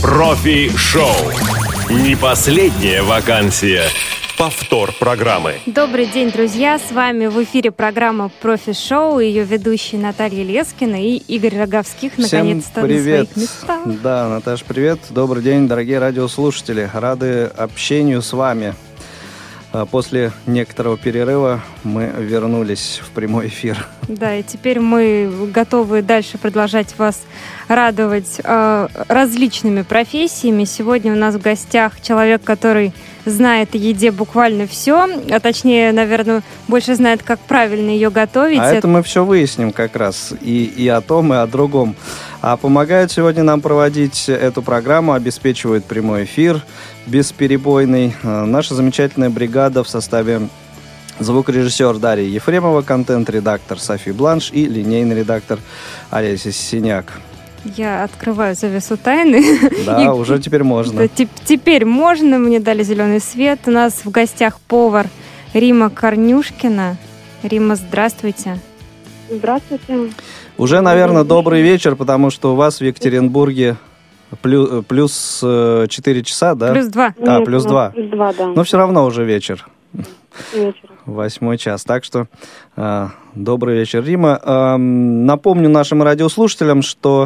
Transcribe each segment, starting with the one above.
Профи-шоу. Не последняя вакансия. Повтор программы. Добрый день, друзья! С вами в эфире программа «Профи-шоу», ее ведущие Наталья Лескина и Игорь Роговских наконец-то на своих местах. Да, Наташа, привет. Добрый день, дорогие радиослушатели. Рады общению с вами. После некоторого перерыва мы вернулись в прямой эфир. Да, и теперь мы готовы дальше продолжать вас радовать различными профессиями. Сегодня у нас в гостях человек, который знает о еде буквально все, а точнее, наверное, больше знает, как правильно ее готовить. А это мы все выясним как раз и о том, и о другом. А помогают сегодня нам проводить эту программу, обеспечивают прямой эфир бесперебойный. Наша замечательная бригада в составе звукорежиссер Дарья Ефремова, контент-редактор Софи Бланш и линейный редактор Олеся Синяк. Я открываю завесу тайны. Да, уже теперь можно. Теперь можно, мне дали зеленый свет. У нас в гостях повар Рима Корнюшкина. Рима, здравствуйте. Здравствуйте. Уже, наверное, добрый вечер, потому что у вас в Екатеринбурге плюс 4 часа, да? Плюс 2. А, плюс 2. Плюс 2, да. Но все равно уже вечер. Вечер. 8 час. Так что добрый вечер, Рима. Напомню нашим радиослушателям, что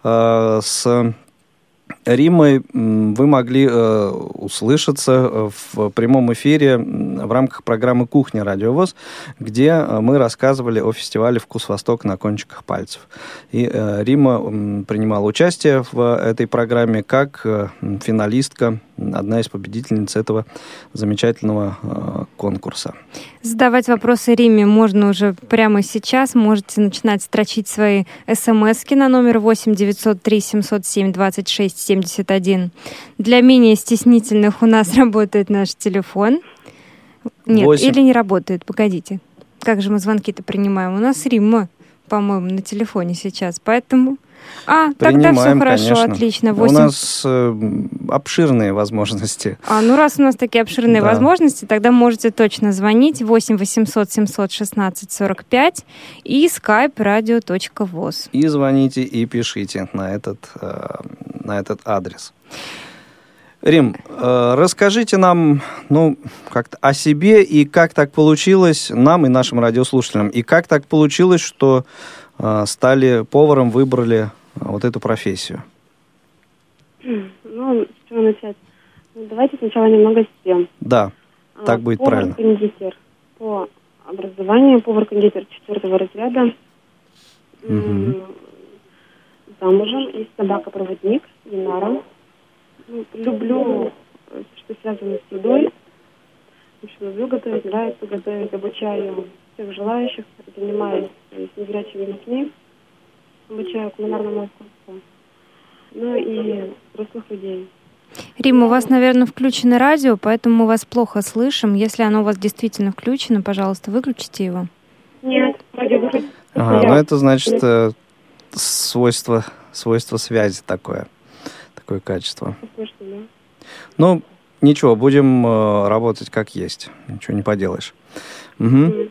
с Римой вы могли услышаться в прямом эфире в рамках программы «Кухня Радио ВОС», где мы рассказывали о фестивале «Вкус Восток» на кончиках пальцев. И Рима принимала участие в этой программе как финалистка, одна из победительниц этого замечательного конкурса. Задавать вопросы Риме можно уже прямо сейчас. Можете начинать строчить свои смски на номер 8 903 707 26 71. Для менее стеснительных у нас работает наш телефон. Нет, 8. Или не работает. Погодите. Как же мы звонки-то принимаем? У нас Рима, по-моему, на телефоне сейчас. Поэтому... тогда все хорошо, конечно. Отлично. 8... У нас обширные возможности. Раз у нас такие обширные возможности, тогда можете точно звонить 8 800 716 45 и skype radio.voz. И звоните, и пишите на этот адрес. Рим, расскажите нам, как-то о себе, и как так получилось, нам и нашим радиослушателям, и как так получилось, что стали поваром, выбрали вот эту профессию? С чего начать? Давайте сначала немного о себе. Да, так будет правильно. Повар-кондитер. По образованию повар-кондитер 4 разряда. Замужем, есть собака-проводник, Динара. Люблю, что связано с едой. В общем, люблю готовить, нравится готовить, обучаю всех желающих, занимаюсь с незрячими детьми, обучаю кулинарному искусству, и взрослых людей. Рим, у вас, наверное, включено радио, поэтому мы вас плохо слышим. Если оно у вас действительно включено, пожалуйста, выключите его. Нет, радио выключено. Это значит свойство связи такое качество. Слышно, да? Ничего, будем работать как есть. Ничего не поделаешь. Угу.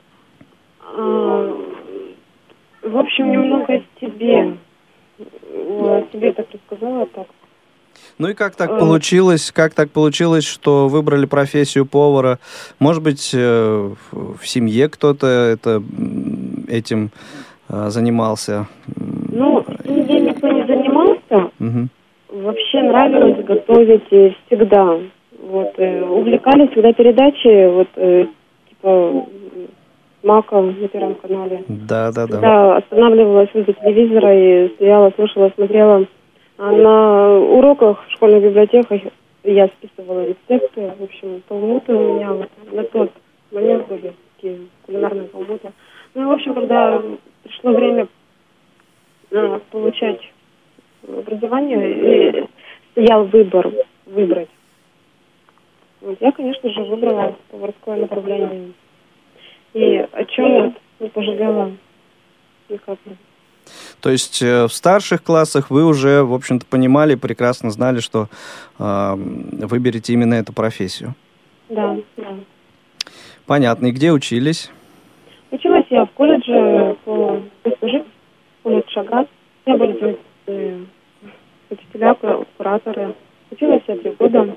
В общем, немного о себе. О себе так рассказала, так. И как так получилось? Как так получилось, что выбрали профессию повара? Может быть, в семье кто-то этим занимался? В семье никто не занимался. Угу. Вообще нравилось готовить всегда. Увлекались всегда передачи, типа Мака на Первом канале. Да. Да, останавливалась возле телевизора и стояла, слушала, смотрела. А на уроках в школьных библиотеках я списывала рецепты. В общем, талмуды у меня на тот момент были такие кулинарные талмуды. В общем, когда пришло время получать образование, стоял выбрать. Я, конечно же, выбрала поварское направление. И о чем не пожалела ни капли. То есть в старших классах вы уже, в общем-то, понимали, прекрасно знали, что выберете именно эту профессию? Да. Понятно. И где учились? Училась я в колледже по ПСЖ, колледж Шаград. Я буду делать учителя, кураторы. Училась я 3 года.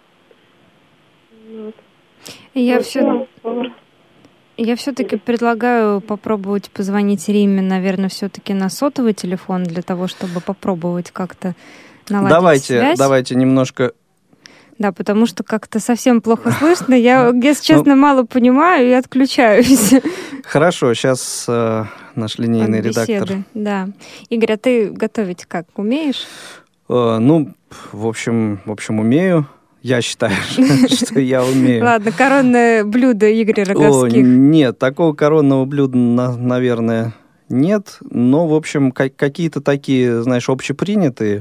Вот. Я все-таки предлагаю попробовать позвонить Риме, наверное, все-таки на сотовый телефон для того, чтобы попробовать как-то наладить связь. Давайте немножко... Да, потому что как-то совсем плохо слышно. Я, если честно, мало понимаю и отключаюсь. Хорошо, сейчас наш линейный редактор. Да. Игорь, а ты готовить как, умеешь? В общем, умею. Я считаю, что я умею. Ладно, коронное блюдо Игоря Роговских. Нет, такого коронного блюда, наверное, нет. Но, в общем, какие-то такие, знаешь, общепринятые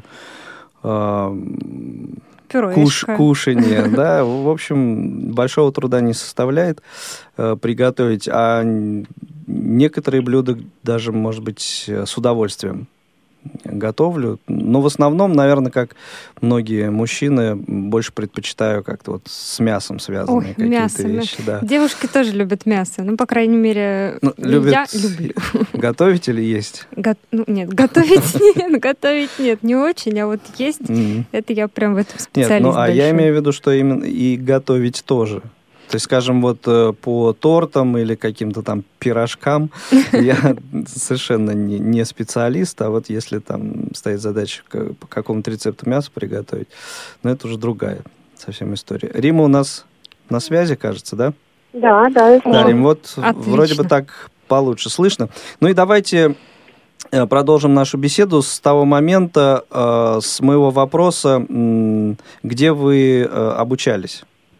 кушания, да, в общем, большого труда не составляет приготовить. А некоторые блюда даже, может быть, с удовольствием готовлю. Но в основном, наверное, как многие мужчины, больше предпочитаю как-то вот с мясом связанные какие-то вещи. Да. Девушки тоже любят мясо. Ну, по крайней мере, я люблю. Готовить или есть? Нет, готовить нет, не очень, а вот есть, это я прям в этом специалист. Нет, я имею в виду, что именно и готовить тоже. То есть, скажем, вот по тортам или каким-то там пирожкам я совершенно не специалист, а вот если там стоит задача по какому-то рецепту мяса приготовить, это уже другая совсем история. Рима у нас на связи, кажется, да? Да. Да, Рим, вот отлично. Вроде бы так получше слышно. Ну и давайте продолжим нашу беседу с того момента, с моего вопроса, где вы обучались?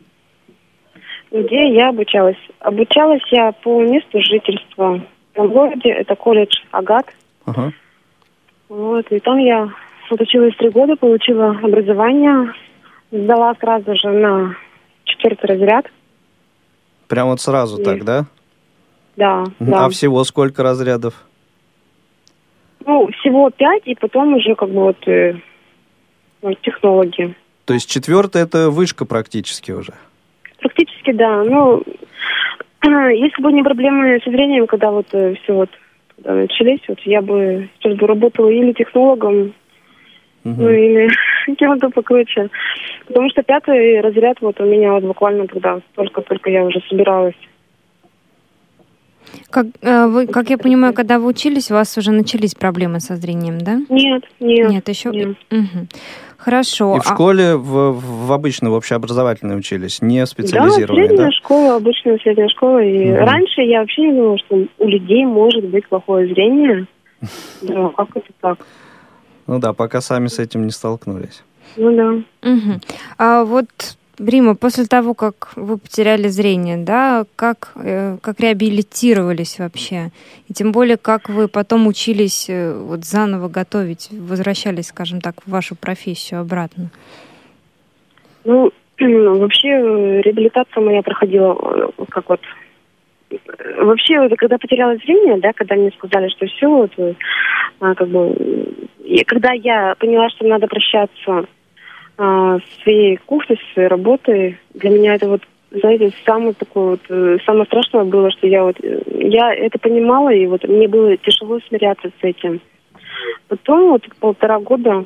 Где я обучалась? Обучалась я по месту жительства. В городе это колледж Агат. Ага. Вот, и там я отучилась 3 года, получила образование, сдала сразу же на 4-й разряд. Прям вот сразу так, да? Да. А всего сколько разрядов? Всего 5, и потом уже технологии. То есть 4-й это вышка практически уже? Практически, да. Если бы не проблемы со зрением, когда когда начались, я бы сейчас работала или технологом, или кем-то покруче. Потому что 5-й разряд у меня буквально тогда, только я уже собиралась. Как я понимаю, когда вы учились, у вас уже начались проблемы со зрением, да? Нет. Нет, еще? Нет. Угу. Хорошо. И в школе, в обычной, в общеобразовательной учились, не специализированной, да? Средняя школа, обычная средняя школа. И раньше я вообще не думала, что у людей может быть плохое зрение. Да, как это так? Ну да, пока сами с этим не столкнулись. Ну да. Угу. А вот, Рима, после того, как вы потеряли зрение, да, как реабилитировались вообще? И тем более, как вы потом учились заново готовить, возвращались, скажем так, в вашу профессию обратно? Вообще, реабилитация моя проходила Вообще, когда потеряла зрение, да, когда мне сказали, что все, когда я поняла, что надо прощаться с своей кухней, со своей работой, для меня это знаете, самое страшное было, что я это понимала, и мне было тяжело смиряться с этим. Потом 1,5 года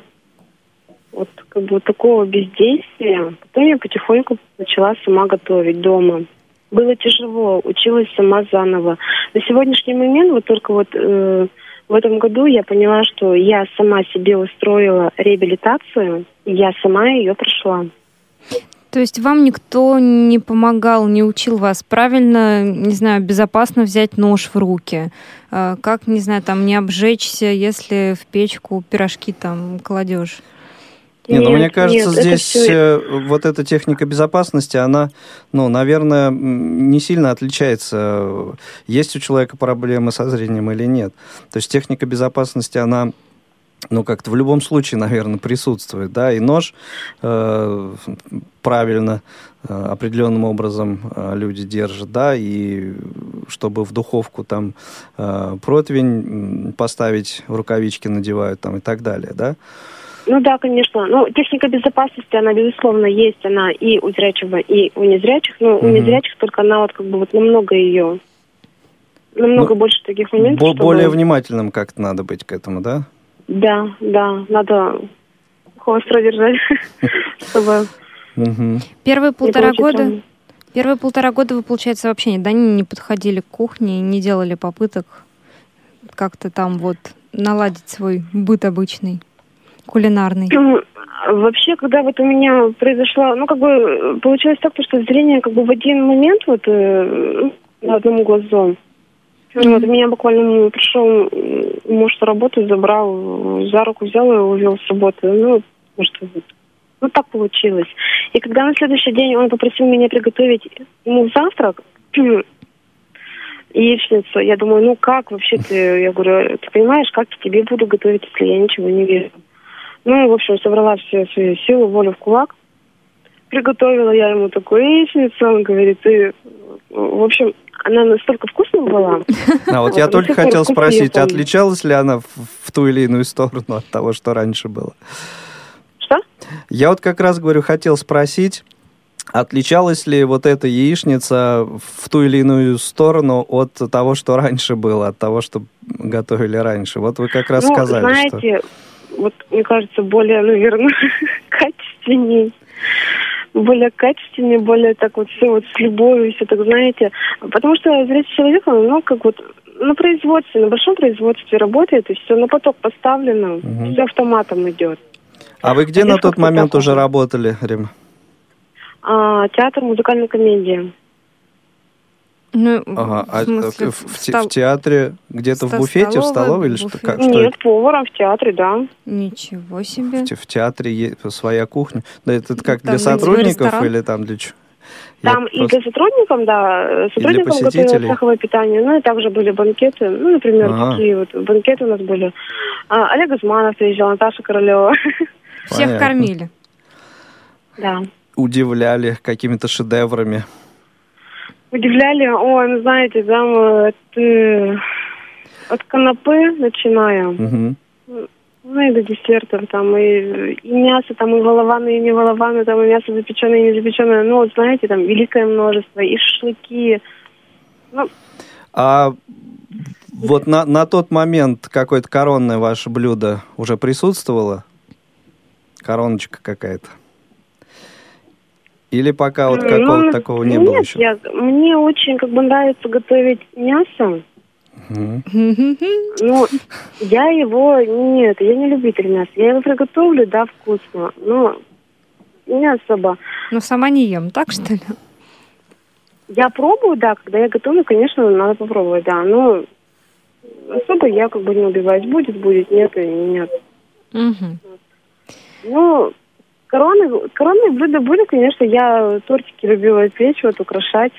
такого бездействия, потом я потихоньку начала сама готовить дома. Было тяжело, училась сама заново. На сегодняшний момент, в этом году я поняла, что я сама себе устроила реабилитацию, и я сама ее прошла. То есть вам никто не помогал, не учил вас правильно, не знаю, безопасно взять нож в руки? Как, не знаю, не обжечься, если в печку пирожки кладешь? Мне кажется, здесь эта техника безопасности, она, наверное, не сильно отличается, есть у человека проблемы со зрением или нет. То есть техника безопасности, она, как-то в любом случае, наверное, присутствует, да, и нож правильно, определенным образом люди держат, да, и чтобы в духовку противень поставить, рукавички надевают и так далее, да. Да, конечно. Техника безопасности, она, безусловно, есть. Она и у зрячего, и у незрячих. У незрячих только она намного больше таких моментов. Более внимательным как-то надо быть к этому, да? Да, надо холостро держать, чтобы... Первые полтора года вы, получается, вообще не подходили к кухне, не делали попыток как-то там вот наладить свой быт обычный, кулинарный? Вообще, когда вот у меня произошло, получилось так, что зрение в один момент на одном глазу. Вот, меня буквально пришел муж с работы, забрал, за руку взял и увел с работы. Так получилось. И когда на следующий день он попросил меня приготовить ему завтрак, яичницу, я думаю, как вообще ты, я говорю, ты понимаешь, как я тебе буду готовить, если я ничего не вижу. В общем, собрала всю свою силу, волю в кулак, приготовила я ему такую яичницу, он говорит, в общем, она настолько вкусная была. Вот я только хотел спросить, отличалась ли она в ту или иную сторону от того, что раньше было? Что? Я вот как раз хотел спросить, отличалась ли вот эта яичница в ту или иную сторону от того, что раньше было, от того, что готовили раньше? Вот вы как раз сказали, знаете, мне кажется, более, наверное, качественней. Более качественнее, более так все с любовью, все так, знаете. Потому что зритель человека, на производстве, на большом производстве работает, и все на поток поставлено, все автоматом идет. А вы где на тот момент уже работали, Рима? Театр музыкальной комедии. В театре где-то в буфете, в столовой или что? Нет, поваром в театре, да. Ничего себе. В театре своя кухня. Да, это как для сотрудников или там для чего? Там и для сотрудников, да. Сотрудникам готовилось цеховое питание. И также были банкеты. Например, такие банкеты у нас были. Олег Изманов приезжал, Наташа Королева. Всех кормили. Да. Удивляли какими-то шедеврами. Удивляли, знаете, там от канапе начиная, и до десертов, там и мясо, там и волованы, и не волованы, там и мясо запеченное, и не запеченное, знаете, там великое множество, и шашлыки. А вот на тот момент какое-то коронное ваше блюдо уже присутствовало? Короночка какая-то? Или пока какого-то такого не было еще? Мне очень нравится готовить мясо. Я не любитель мяса. Я его приготовлю, да, вкусно, но не особо. Но сама не ем, так что ли? Я пробую, да, когда я готовлю, конечно, надо попробовать, да, но особо я не убиваюсь. Будет, нет и нет. Коронные блюда были, конечно, я тортики любила печь, украшать.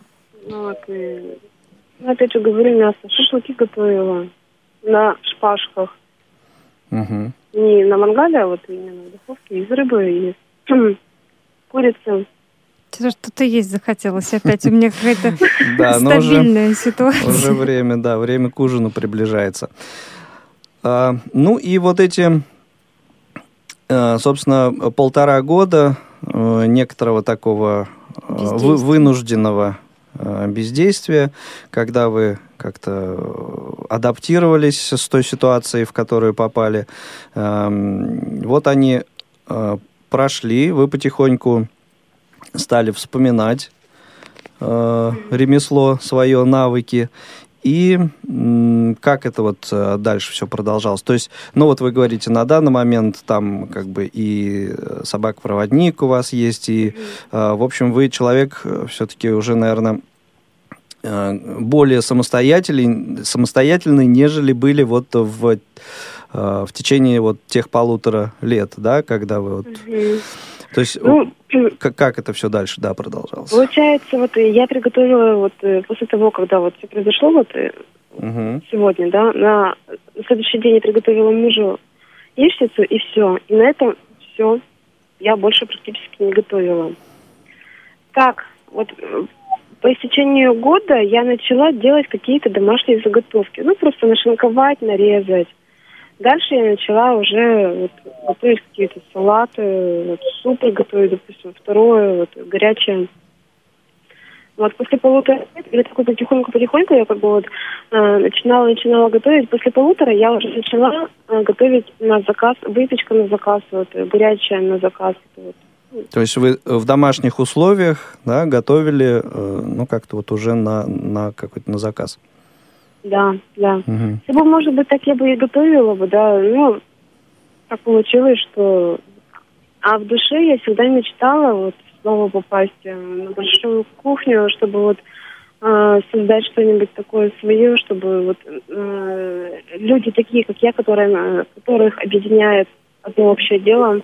Опять же говорю, мясо. Шашлыки готовила на шпажках. Не на мангале, а именно в духовке, из рыбы и из курицы. Что-то есть захотелось опять. У меня какая-то стабильная ситуация. Уже время к ужину приближается. И вот эти... Собственно, 1,5 года некоторого такого вынужденного бездействия, когда вы как-то адаптировались с той ситуацией, в которую попали. Вот они прошли, вы потихоньку стали вспоминать ремесло, свое, навыки. И как это дальше все продолжалось? То есть, вы говорите, на данный момент там и собака-проводник у вас есть, и, в общем, вы человек все-таки уже, наверное, более самостоятельный, нежели были в течение тех 1,5 лет, да, когда вы То есть, как это все дальше, продолжалось? Получается, я приготовила после того, когда все произошло сегодня, да, на следующий день я приготовила мужу яичницу, и все. И на этом все. Я больше практически не готовила. Так, по истечению года я начала делать какие-то домашние заготовки. Просто нашинковать, нарезать. Дальше я начала уже готовить какие-то салаты, супы готовить, допустим, второе, горячее. Вот после 1,5 лет, или такой потихоньку я как бы вот начинала готовить. После 1,5 я уже начала готовить на заказ, выпечка на заказ, вот, горячая на заказ. Вот. То есть вы в домашних условиях, да, готовили, ну, как-то вот уже на какой-то на заказ? Да. Угу. Если бы, может быть, так я бы и готовила бы, да, ну, так получилось, что... А в душе я всегда мечтала вот снова попасть на большую кухню, чтобы вот создать что-нибудь такое свое, чтобы вот люди такие, как я, которых объединяет одно общее дело.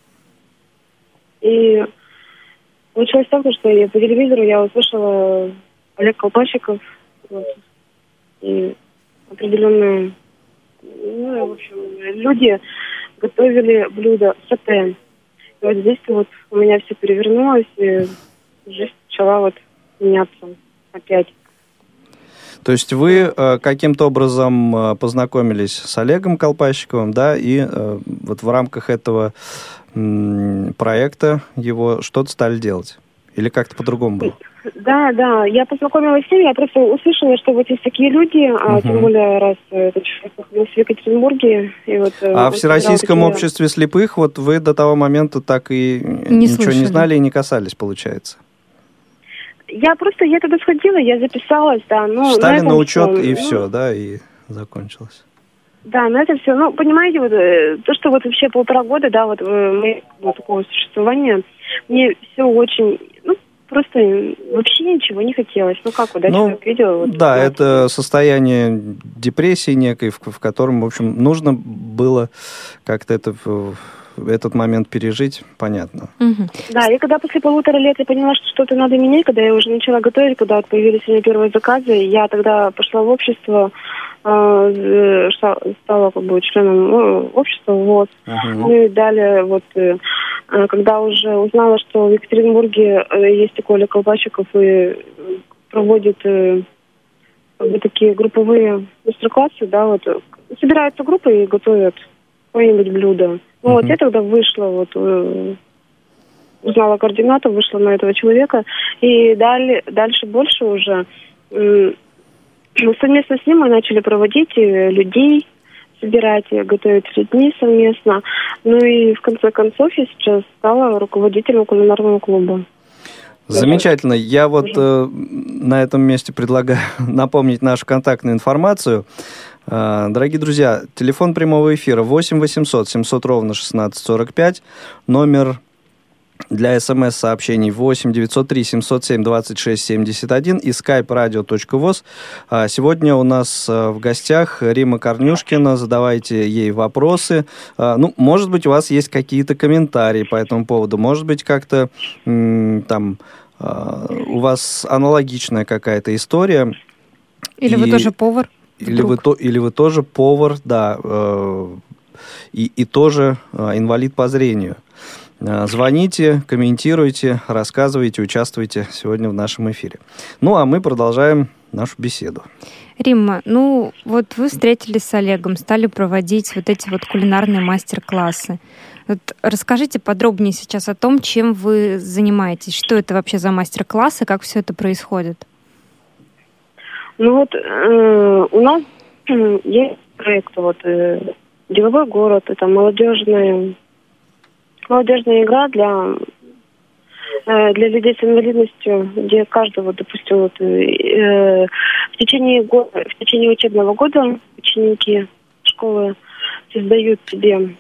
И получилось так, что по телевизору я услышала Олег Колпачиков, вот, и определенные, ну, в общем, люди готовили блюдо сате. И вот здесь вот у меня все перевернулось, и жизнь начала вот меняться опять. То есть вы каким-то образом познакомились с Олегом Колпачиковым, да, и вот в рамках этого проекта его что-то стали делать? Или как-то по-другому было? Да, я познакомилась с ним, я просто услышала, что вот есть такие люди, тем более раз этот человек находился в Екатеринбурге. И вот, а в Всероссийском обществе слепых вот вы до того момента так и ничего не знали и не касались, получается? Я тогда сходила, я записалась, да. Встали на учет и все, да, и закончилось. Да, на это все. Ну, понимаете, вот то, что вот вообще 1,5 года, да, вот моего такого существования, мне все очень, ну, просто вообще ничего не хотелось. Ну, как вот, да, человек видел? Вот, да, это состояние депрессии некой, в котором, в общем, нужно было как-то этот момент пережить, понятно. Угу. Да, и когда после 1,5 лет я поняла, что что-то надо менять, когда я уже начала готовить, когда вот появились у меня первые заказы, я тогда пошла в общество, стала как бы членом общества ВОЗ. Ну и далее вот, когда уже узнала, что в Екатеринбурге есть такой Олег Колпачиков и проводит как бы такие групповые мастер-классы, да, вот собираются группы и готовят какое-нибудь блюдо. Ну вот я тогда вышла, вот узнала координату, вышла на этого человека, и дальше больше уже совместно с ним мы начали проводить людей, собирать, готовить с людьми совместно. Ну и в конце концов я сейчас стала руководителем кулинарного клуба. Замечательно. Я вот на этом месте предлагаю напомнить нашу контактную информацию. Дорогие друзья, телефон прямого эфира 8 800 700 ровно 1645, номер для СМС-сообщений 8 903 707 26 71 и skype radio.voz. Сегодня у нас в гостях Римма Корнюшкина. Задавайте ей вопросы. Ну, может быть, у вас есть какие-то комментарии по этому поводу. Может быть, как-то там у вас аналогичная какая-то история. Или вы тоже повар? Или вы тоже повар, да, и тоже инвалид по зрению. Звоните, комментируйте, рассказывайте, участвуйте сегодня в нашем эфире. Ну, а мы продолжаем нашу беседу. Римма, ну вот вы встретились с Олегом, стали проводить вот эти вот кулинарные мастер-классы. Вот расскажите подробнее сейчас о том, чем вы занимаетесь, что это вообще за мастер-классы, как все это происходит. Ну вот у нас есть проект вот «Деловой город», это молодежная игра для людей с инвалидностью, где каждого, допустим, вот, в течение учебного года ученики школы создают себе,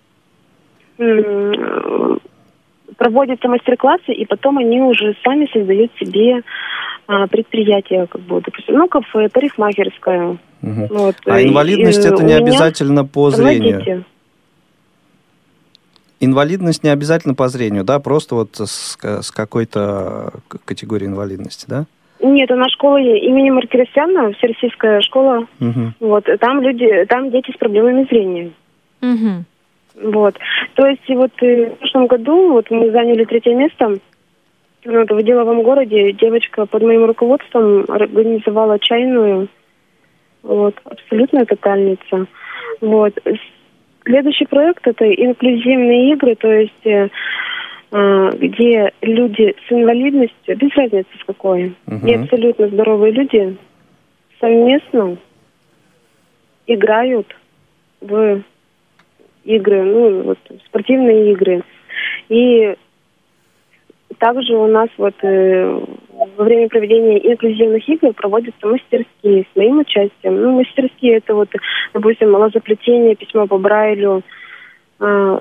проводятся мастер-классы, и потом они уже сами создают себе предприятия, как бы, допустим, ну, кафе, парикмахерская. Угу. Вот. А инвалидность это не обязательно по зрению? Инвалидность не обязательно по зрению, да? Просто вот с какой-то категорией инвалидности, да? Нет, у нас школа имени Мартиросяна, всероссийская школа. Угу. Вот, там дети с проблемами зрения. Угу. Вот. То есть вот в прошлом году вот мы заняли 3 место. Вот, в деловом городе девочка под моим руководством организовала чайную. Вот, абсолютная тотальница. Вот. Следующий проект — это инклюзивные игры, то есть где люди с инвалидностью, без разницы с какой, и абсолютно здоровые люди совместно играют в игры, спортивные игры. И также у нас во время проведения инклюзивных игр проводятся мастерские с моим участием. Мастерские — это допустим, лозоплетение, письмо по Брайлю. А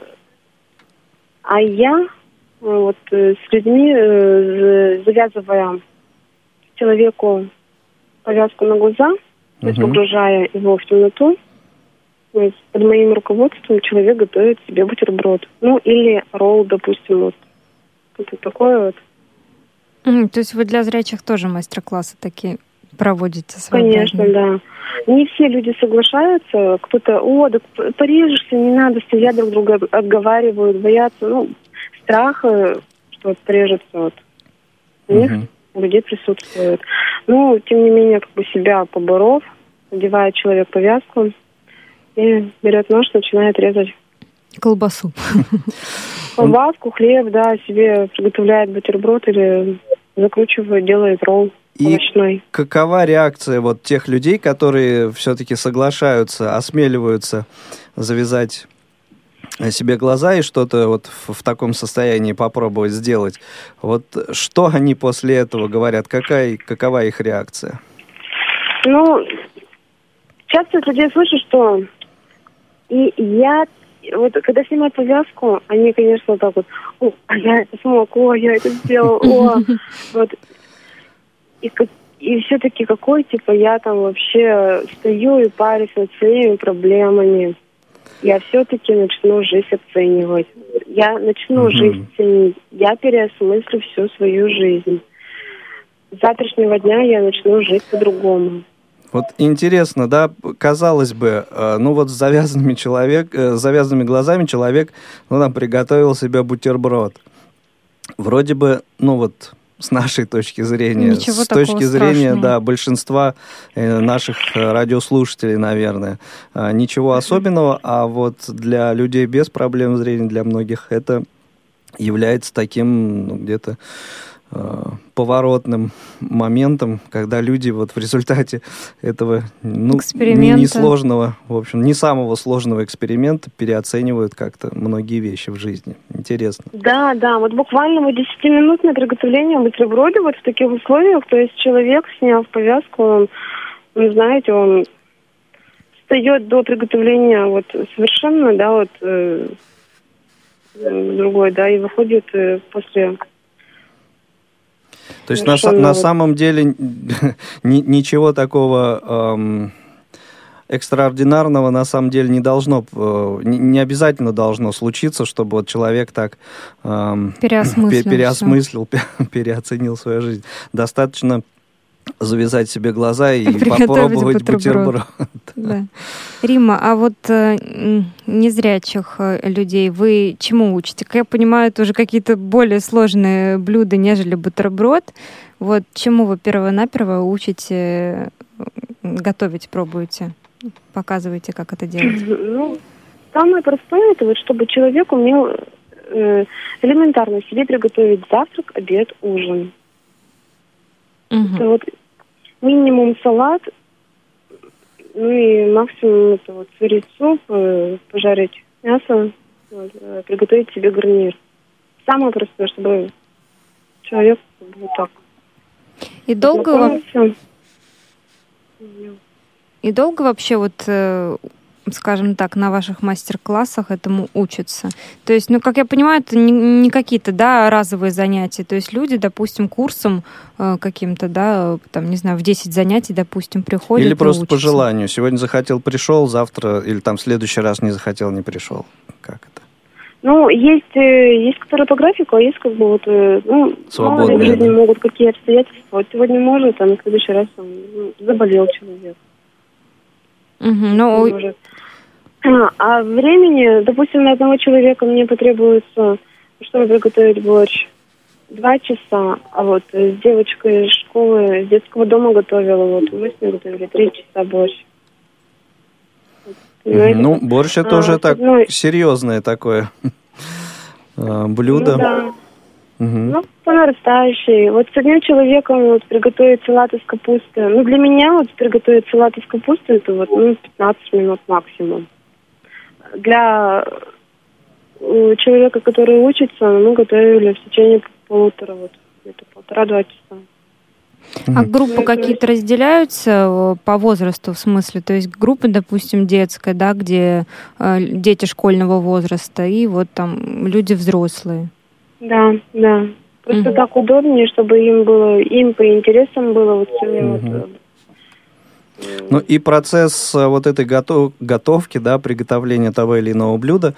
я с людьми, завязывая человеку повязку на глаза, то есть погружая его в темноту, под моим руководством человек готовит себе бутерброд. Или ролл, допустим, это такое . То есть вы для зрячих тоже мастер-классы такие проводите своеобразные? Конечно, да. Не все люди соглашаются. Кто-то, да порежешься, не надо, стоят друг друга, отговаривают, боятся. Страх, что порежется, у них у людей присутствует. Тем не менее, себя поборов, надевает человек повязку и берет нож, начинает резать колбасу. Колбаску, хлеб, да, себе приготовляет бутерброд или закручивает, делает ролл овощной. И какова реакция тех людей, которые все-таки соглашаются, осмеливаются завязать себе глаза и что-то в таком состоянии попробовать сделать? Что они после этого говорят? Какова их реакция? Часто от людей слышу, что и я, когда снимают повязку, они, конечно, я это смог, я это сделал, И все-таки какой, я там вообще стою и парюсь над своими проблемами. Я все-таки начну жизнь оценивать. Я начну жизнь ценить. Я переосмыслю всю свою жизнь. С завтрашнего дня я начну жить по-другому. Интересно, да, казалось бы, с завязанными глазами человек, приготовил себе бутерброд. Вроде бы, с нашей точки зрения, ничего с точки зрения, страшного. Большинства наших радиослушателей, наверное, ничего особенного, а для людей без проблем зрения, для многих это является таким, где-то поворотным моментом, когда люди в результате этого несложного, в общем, не самого сложного эксперимента переоценивают как-то многие вещи в жизни. Интересно. Да, буквально 10-минутное приготовление бутерброда в таких условиях, то есть человек, сняв повязку, он встает до приготовления совершенно, другой, и выходит после... То есть на самом деле ничего такого экстраординарного на самом деле не должно, не обязательно должно случиться, чтобы человек так переосмыслил, переоценил свою жизнь. Достаточно завязать себе глаза и попробовать бутерброд. Да. Римма, а незрячих людей вы чему учите? Как я понимаю, это уже какие-то более сложные блюда, нежели бутерброд. Чему вы перво-наперво учите готовить, пробуете? Показываете, как это делать? Самое простое, это чтобы человек умел элементарно себе приготовить завтрак, обед, ужин. Это минимум салат, и максимум это сварить суп, пожарить мясо, приготовить себе гарнир. Самое простое, чтобы человек так. И долго вообще скажем так, на ваших мастер-классах этому учатся? То есть, как я понимаю, это не какие-то, разовые занятия. То есть люди, допустим, курсом каким-то, в 10 занятий, допустим, приходят. Или просто учатся. по желанию. Сегодня захотел, пришел, завтра или в следующий раз не захотел, не пришел. Как это? Есть которые по графику, а есть свободные. В жизни могут какие обстоятельства. Сегодня может, а на следующий раз заболел человек. А времени, допустим, на одного человека мне потребуется, чтобы приготовить борщ, 2 часа. А с девочкой из школы, из детского дома готовила, мы с ней готовили 3 часа борщ. Борщ это уже так серьезное такое блюдо. Ну, по нарастающей. Вот с одним человеком вот приготовить салат из капусты. Ну, для меня вот приготовить салат из капусты это вот, 15 минут максимум. Для человека, который учится, мы готовили в течение полутора, вот, где-то 1,5-2 часа. А группы какие-то разделяются по возрасту, в смысле? То есть группа, допустим, детская, да, где дети школьного возраста, и вот там люди взрослые. Да. Просто так удобнее, чтобы им по интересам было вот все вот. Ну и процесс вот этой готовки, да, приготовления того или иного блюда,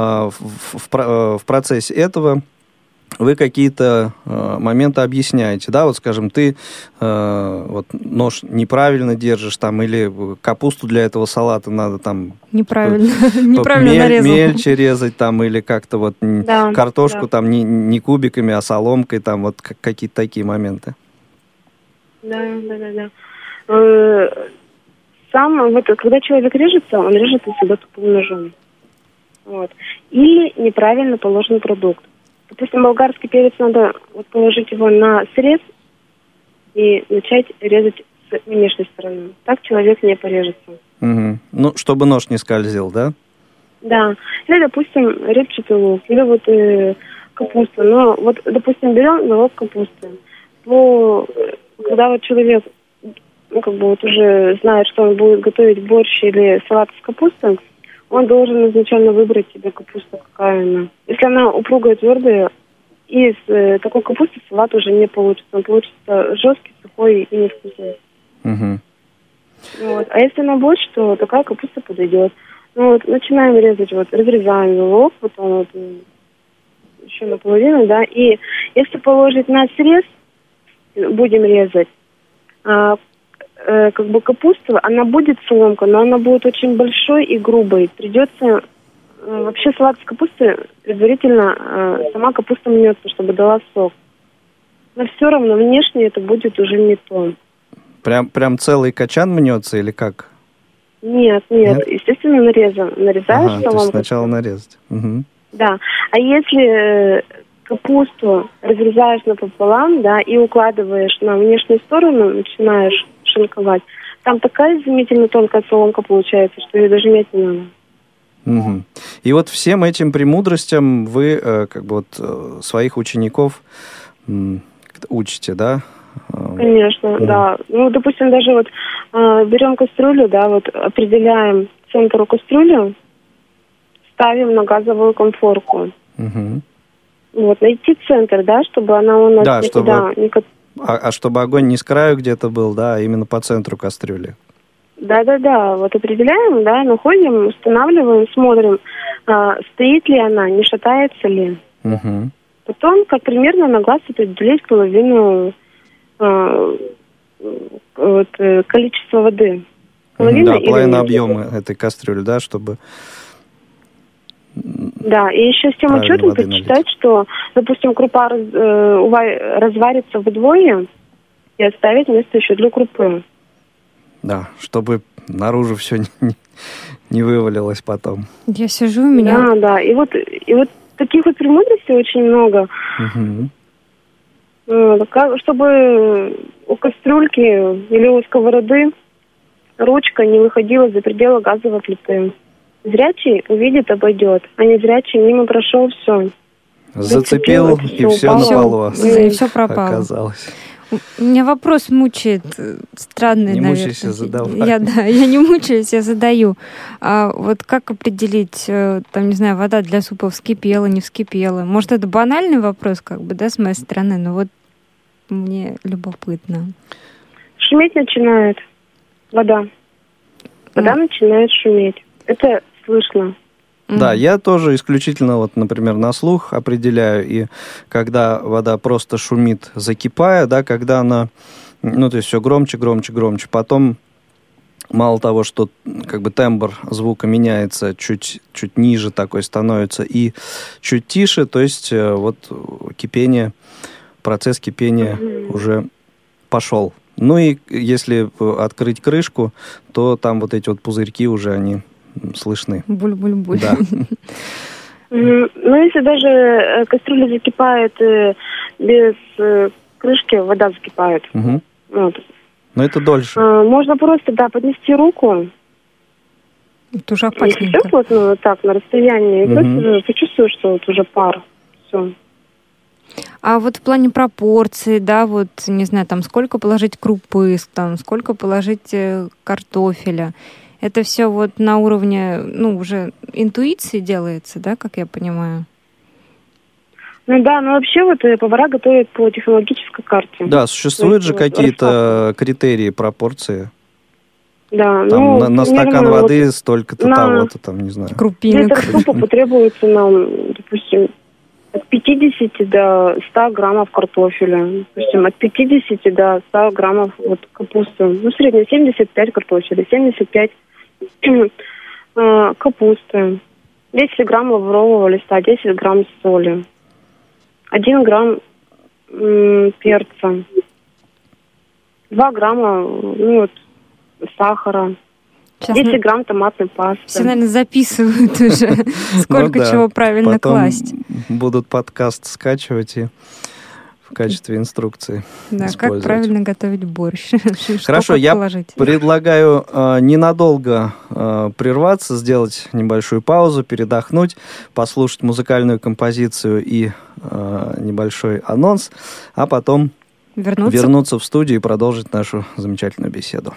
в процессе этого вы какие-то моменты объясняете, да, вот, скажем, ты вот нож неправильно держишь там, или капусту для этого салата надо там неправильно нарезал, мельче резать там, или как-то вот картошку там не кубиками, а соломкой, там вот какие-то такие моменты. Да. Вот, когда человек режется, он режется всегда тупым ножом. Вот. Или неправильно положен продукт. Допустим, болгарский перец надо вот положить его на срез и начать резать с внешней стороны. Так человек не порежется. Угу. Ну, чтобы нож не скользил, да? Да. Или, допустим, репчатый лук, или вот капуста. Но вот, допустим, берем головку капусты. Когда вот человек вот уже знает, что он будет готовить борщ или салат с капустой, он должен изначально выбрать себе капусту, какая она. Если она упругая, твердая, из такой капусты салат уже не получится. Он получится жесткий, сухой и невкусный. Угу. Вот. А если на борщ, то такая капуста подойдет. Ну вот, начинаем резать, вот, разрезаем его, потом вот, еще наполовину, да. И если положить на срез, будем резать, капуста, она будет соломка, но она будет очень большой и грубой. Придется... Вообще салат с капустой предварительно сама капуста мнется, чтобы дала сок. Но все равно внешне это будет уже не то. Прям целый качан мнется или как? Нет. Естественно, нарезаешь соломку. Сначала нарезать. Угу. Да. А если капусту разрезаешь напополам, да, и укладываешь на внешнюю сторону, начинаешь шинковать, там такая изумительно тонкая соломка получается, что ее даже мять не надо. Угу. И вот всем этим премудростям вы своих учеников учите, да? Конечно, да. Ну, допустим, даже вот берем кастрюлю, да, вот определяем центр кастрюли, ставим на газовую конфорку. Угу. Вот, найти центр, да, чтобы она у нас никуда... чтобы огонь не с краю где-то был, да, а именно по центру кастрюли. Да. Вот определяем, да, находим, устанавливаем, смотрим, стоит ли она, не шатается ли. Угу. Потом, как примерно на глаз определить половину количества воды. Половина объема этой кастрюли, да, чтобы... Да, и еще с тем учетом почитать, что, допустим, крупа разварится вдвое и оставить место еще для крупы. Да, чтобы наружу все не вывалилось потом. Я сижу, у меня... Да, и вот таких вот премудростей очень много. Угу. Чтобы у кастрюльки или у сковороды ручка не выходила за пределы газовой плиты. Зрячий увидит, обойдет, а не зрячий мимо прошел, все. Зацепил, и все на полу. И все пропало. Оказалось. Меня вопрос мучает, странный, не наверное. Не мучайся, задавай. Я не мучаюсь, я задаю. А вот как определить, там, не знаю, вода для супа вскипела, не вскипела? Может, это банальный вопрос, с моей стороны, но вот мне любопытно. Шуметь начинает вода. Вода начинает шуметь. Это слышно. Да, я тоже исключительно, например, на слух определяю, и когда вода просто шумит, закипая, да, когда она, то есть все громче, потом мало того, что тембр звука меняется, чуть ниже такой становится и чуть тише, то есть процесс кипения уже пошел. Ну и если открыть крышку, то там эти пузырьки уже они... слышны. Буль-буль-буль. Да. Ну, если даже кастрюля закипает без крышки, вода закипает. Вот. Но это дольше. Можно просто, поднести руку. Это уже опасненько. Все вот, так, на расстоянии. И просто почувствую, что вот уже пар. Все. А вот в плане пропорций, да, вот, не знаю, там, сколько положить крупы, там, сколько положить картофеля, это все вот на уровне, уже интуиции делается, да, как я понимаю? Ну да, вообще вот повара готовят по технологической карте. Да, существуют же какие-то критерии, пропорции? Да, там, на стакан воды столько-то того-то, там, не знаю. Крупинок. Литр супа потребуется нам, допустим, от 50 до 100 граммов картофеля. Допустим, от 50 до 100 граммов вот капусты. В среднем 75 картофеля, 75 капусты. 10 грамм лаврового листа, 10 грамм соли. 1 грамм перца. 2 грамма сахара. Сейчас 10 грамм томатной пасты. Все, наверное, записывают уже, сколько чего правильно потом класть. Будут подкаст скачивать и в качестве инструкции использовать. Как правильно готовить борщ. Хорошо, я предлагаю ненадолго прерваться, сделать небольшую паузу, передохнуть, послушать музыкальную композицию и небольшой анонс, а потом вернуться в студию и продолжить нашу замечательную беседу.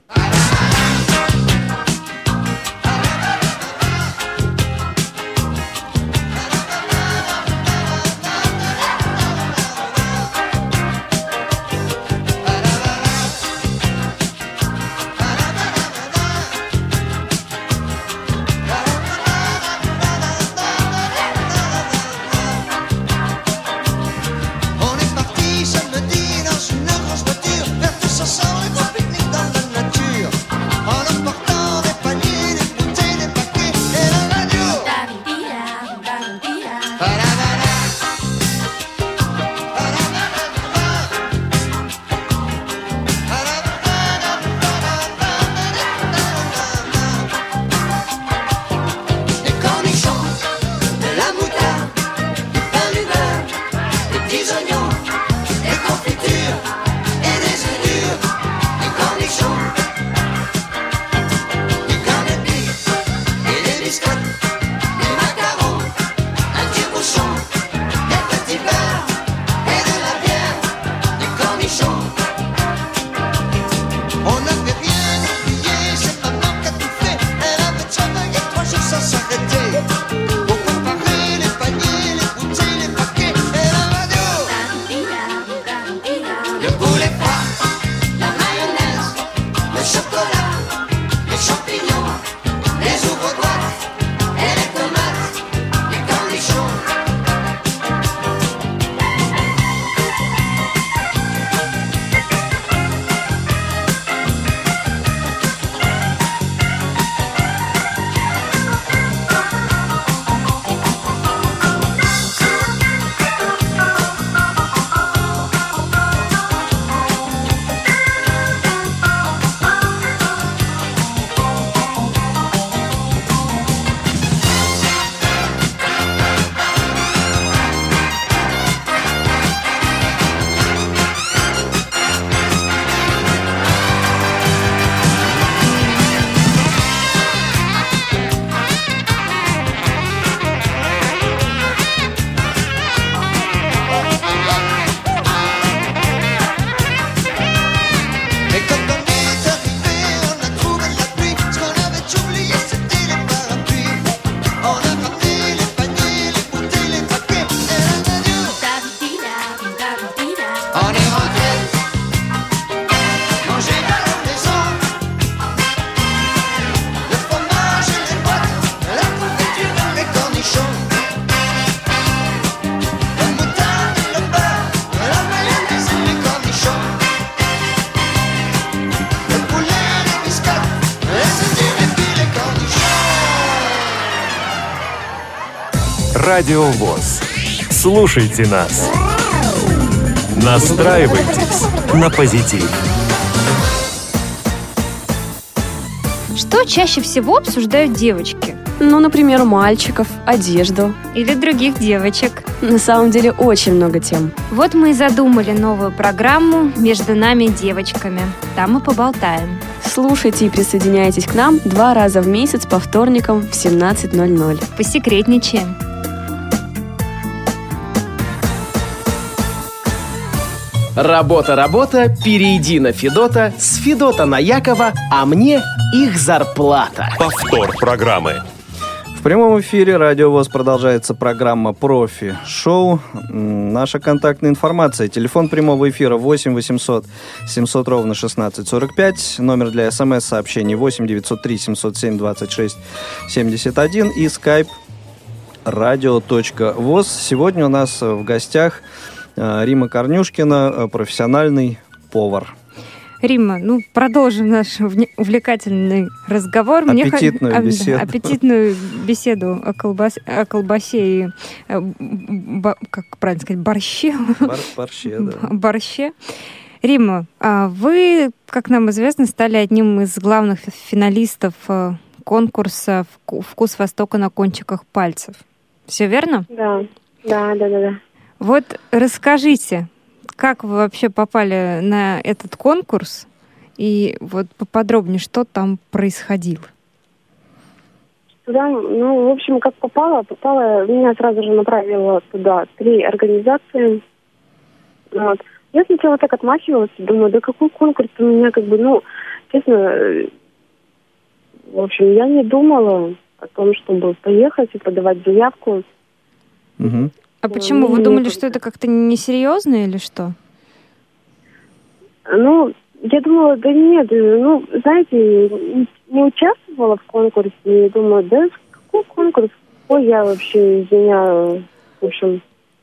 Радио ВОС. Слушайте нас. Настраивайтесь на позитив. Что чаще всего обсуждают девочки? Ну, например, мальчиков, одежду. Или других девочек. На самом деле очень много тем. Вот мы и задумали новую программу «Между нами девочками». Там мы поболтаем. Слушайте и присоединяйтесь к нам 2 раза в месяц по вторникам в 17:00. Посекретничаем. Работа, перейди на Федота, с Федота на Якова, а мне их зарплата. Повтор программы. В прямом эфире Радио ВОС продолжается программа «Профи-шоу». Наша контактная информация. Телефон прямого эфира 8 800 700 ровно 1645. Номер для СМС-сообщений 8 903 707 26 71. И skype radio.voz. Сегодня у нас в гостях Римма Корнюшкина, профессиональный повар. Римма, продолжим наш увлекательный разговор. Аппетитную беседу о колбасе и, как правильно сказать, борще. Борще, да. Борще. Римма, вы, как нам известно, стали одним из главных финалистов конкурса «Вкус Востока на кончиках пальцев». Все верно? Да. Вот расскажите, как вы вообще попали на этот конкурс? И вот поподробнее, что там происходило? Туда, в общем, как попала, меня сразу же направила туда 3 организации. Вот. Я сначала так отмахивалась, думаю, да какой конкурс у меня, честно, в общем, я не думала о том, чтобы поехать и подавать заявку. Угу. А почему? Вы думали, что это как-то несерьезно или что? Я думала, да нет, знаете, не участвовала в конкурсе, и думаю, да какой конкурс, какой я вообще, извиняю, в общем...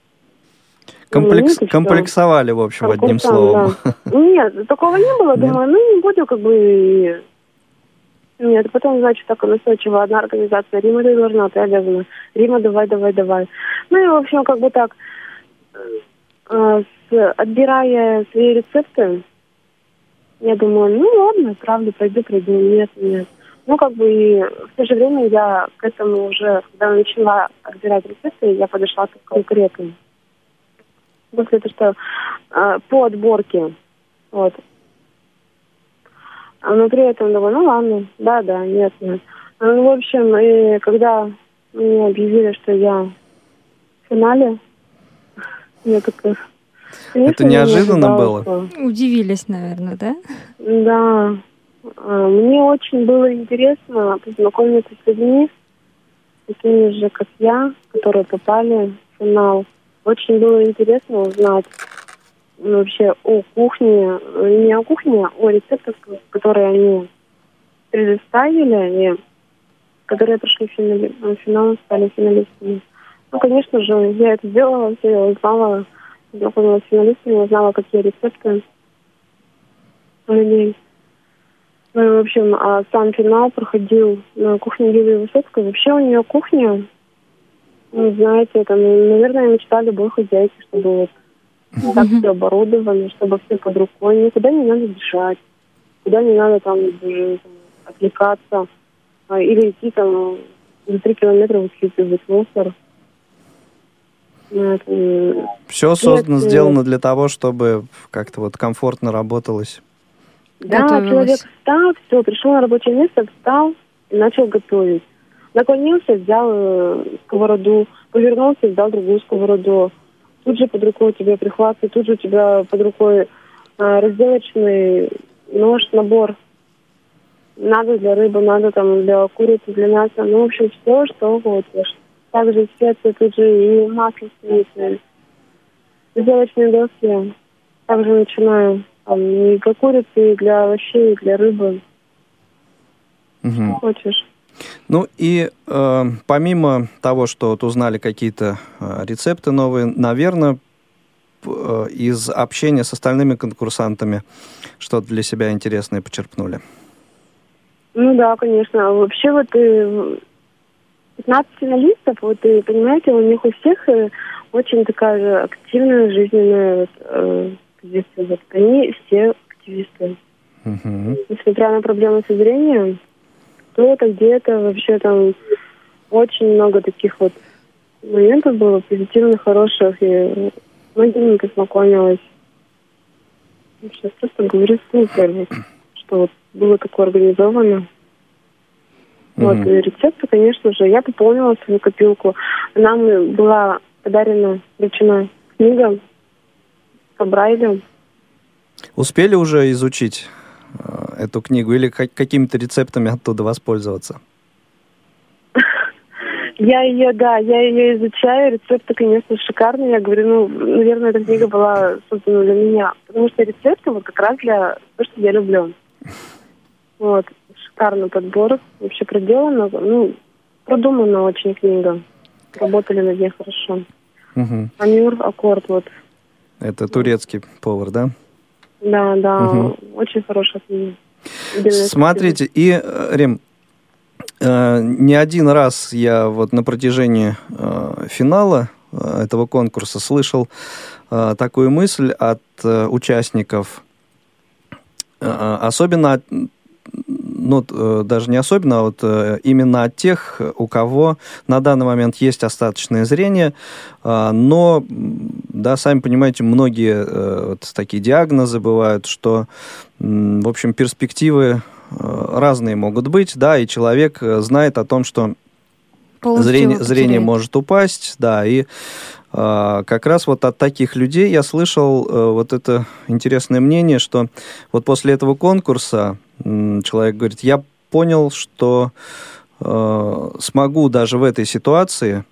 Комплексовали, в общем, одним словом. Да. Нет, такого не было, думаю, не буду, Нет, потом, значит, так настойчиво одна организация: Рима, ты должна, ты обязана. Рима, давай. И, в общем, отбирая свои рецепты, я думаю, ладно, правда, пойду. Нет. И в то же время я к этому уже, когда начала отбирать рецепты, я подошла к конкретным. После того, что по отборке, вот. Но при этом думаю, ладно, да, нет. В общем, и когда мне объявили, что я в финале, я такая... Это неожиданно было? Удивились, наверное, да? Да. Мне очень было интересно познакомиться с людьми, такими же, как я, которые попали в финал. Очень было интересно узнать вообще о кухне, не о кухне, а о рецептах, которые они предоставили, и которые прошли в финал, стали финалистами. Конечно же, я это сделала, все я узнала, знакомилась с финалистами, узнала, какие рецепты у людей. В общем, сам финал проходил на кухне Юлии Высоцкой. Вообще у нее кухня, знаете, это, наверное, мечта любой хозяйки, чтобы так все оборудовано, чтобы все под рукой. Никуда не надо бежать, куда не надо отвлекаться или идти за 3 километра выкидывать мусор. Все создано, сделано для того, чтобы как-то комфортно работалось. Да, человек встал, все, пришел на рабочее место, встал и начал готовить. Наклонился, взял сковороду, повернулся, взял другую сковороду. Тут же под рукой у тебя прихватки, тут же у тебя под рукой разделочный нож, набор. Надо для рыбы, надо для курицы, для мяса. В общем, все, что хочешь. Также специи, тут же и масло сменительное. Разделочные доски. Также начинаю и для курицы, и для овощей, и для рыбы. Что хочешь. И помимо того, что узнали какие-то рецепты новые, наверное, из общения с остальными конкурсантами что-то для себя интересное почерпнули. Да, конечно. Вообще 15 финалистов, и понимаете, у них у всех очень такая же активная жизненная позиция. Они все активисты. Несмотря на проблемы со зрением, кто-то где-то вообще очень много таких вот моментов было, позитивных, хороших, и многими познакомилась. Сейчас просто говорю супер, что вот было такое организовано. Вот, и рецепты, конечно же, я пополнила свою копилку. Нам была вручена книга по Брайлю. Успели уже изучить эту книгу или какими-то рецептами оттуда воспользоваться? Я ее изучаю. Рецепты, конечно, шикарные. Я говорю, наверное, эта книга была создана для меня. Потому что рецепты вот как раз для того, что я люблю. Вот. Шикарный подбор. Вообще проделано. Продумана очень книга. Работали над ней хорошо. Амюр, Аккорд, вот. Это турецкий повар, да? Да. Очень хорошая книга. Смотрите, и, Рим, не один раз я вот на протяжении финала этого конкурса слышал такую мысль от участников, особенно, даже не особенно, а вот именно от тех, у кого на данный момент есть остаточное зрение, но, да, сами понимаете, многие вот такие диагнозы бывают, что, в общем, перспективы разные могут быть, да, и человек знает о том, что зрение может упасть, да, и как раз вот от таких людей я слышал вот это интересное мнение, что вот после этого конкурса человек говорит, я понял, что смогу даже в этой ситуации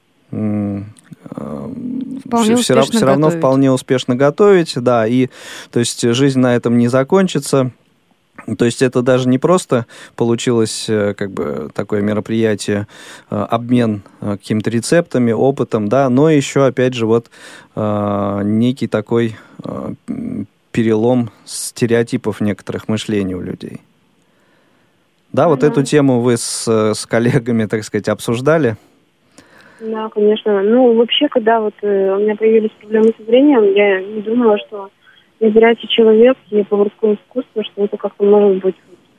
все равно вполне успешно готовить, да, и то есть жизнь на этом не закончится. То есть это даже не просто получилось как бы такое мероприятие, обмен какими-то рецептами, опытом, да, но еще, опять же, вот некий такой перелом стереотипов некоторых мышлений у людей. Да, вот эту тему вы с коллегами, так сказать, обсуждали? Да, конечно. Вообще, когда вот у меня появились проблемы со зрением, я не думала, что незрячий человек и поварское искусство, что это как-то может быть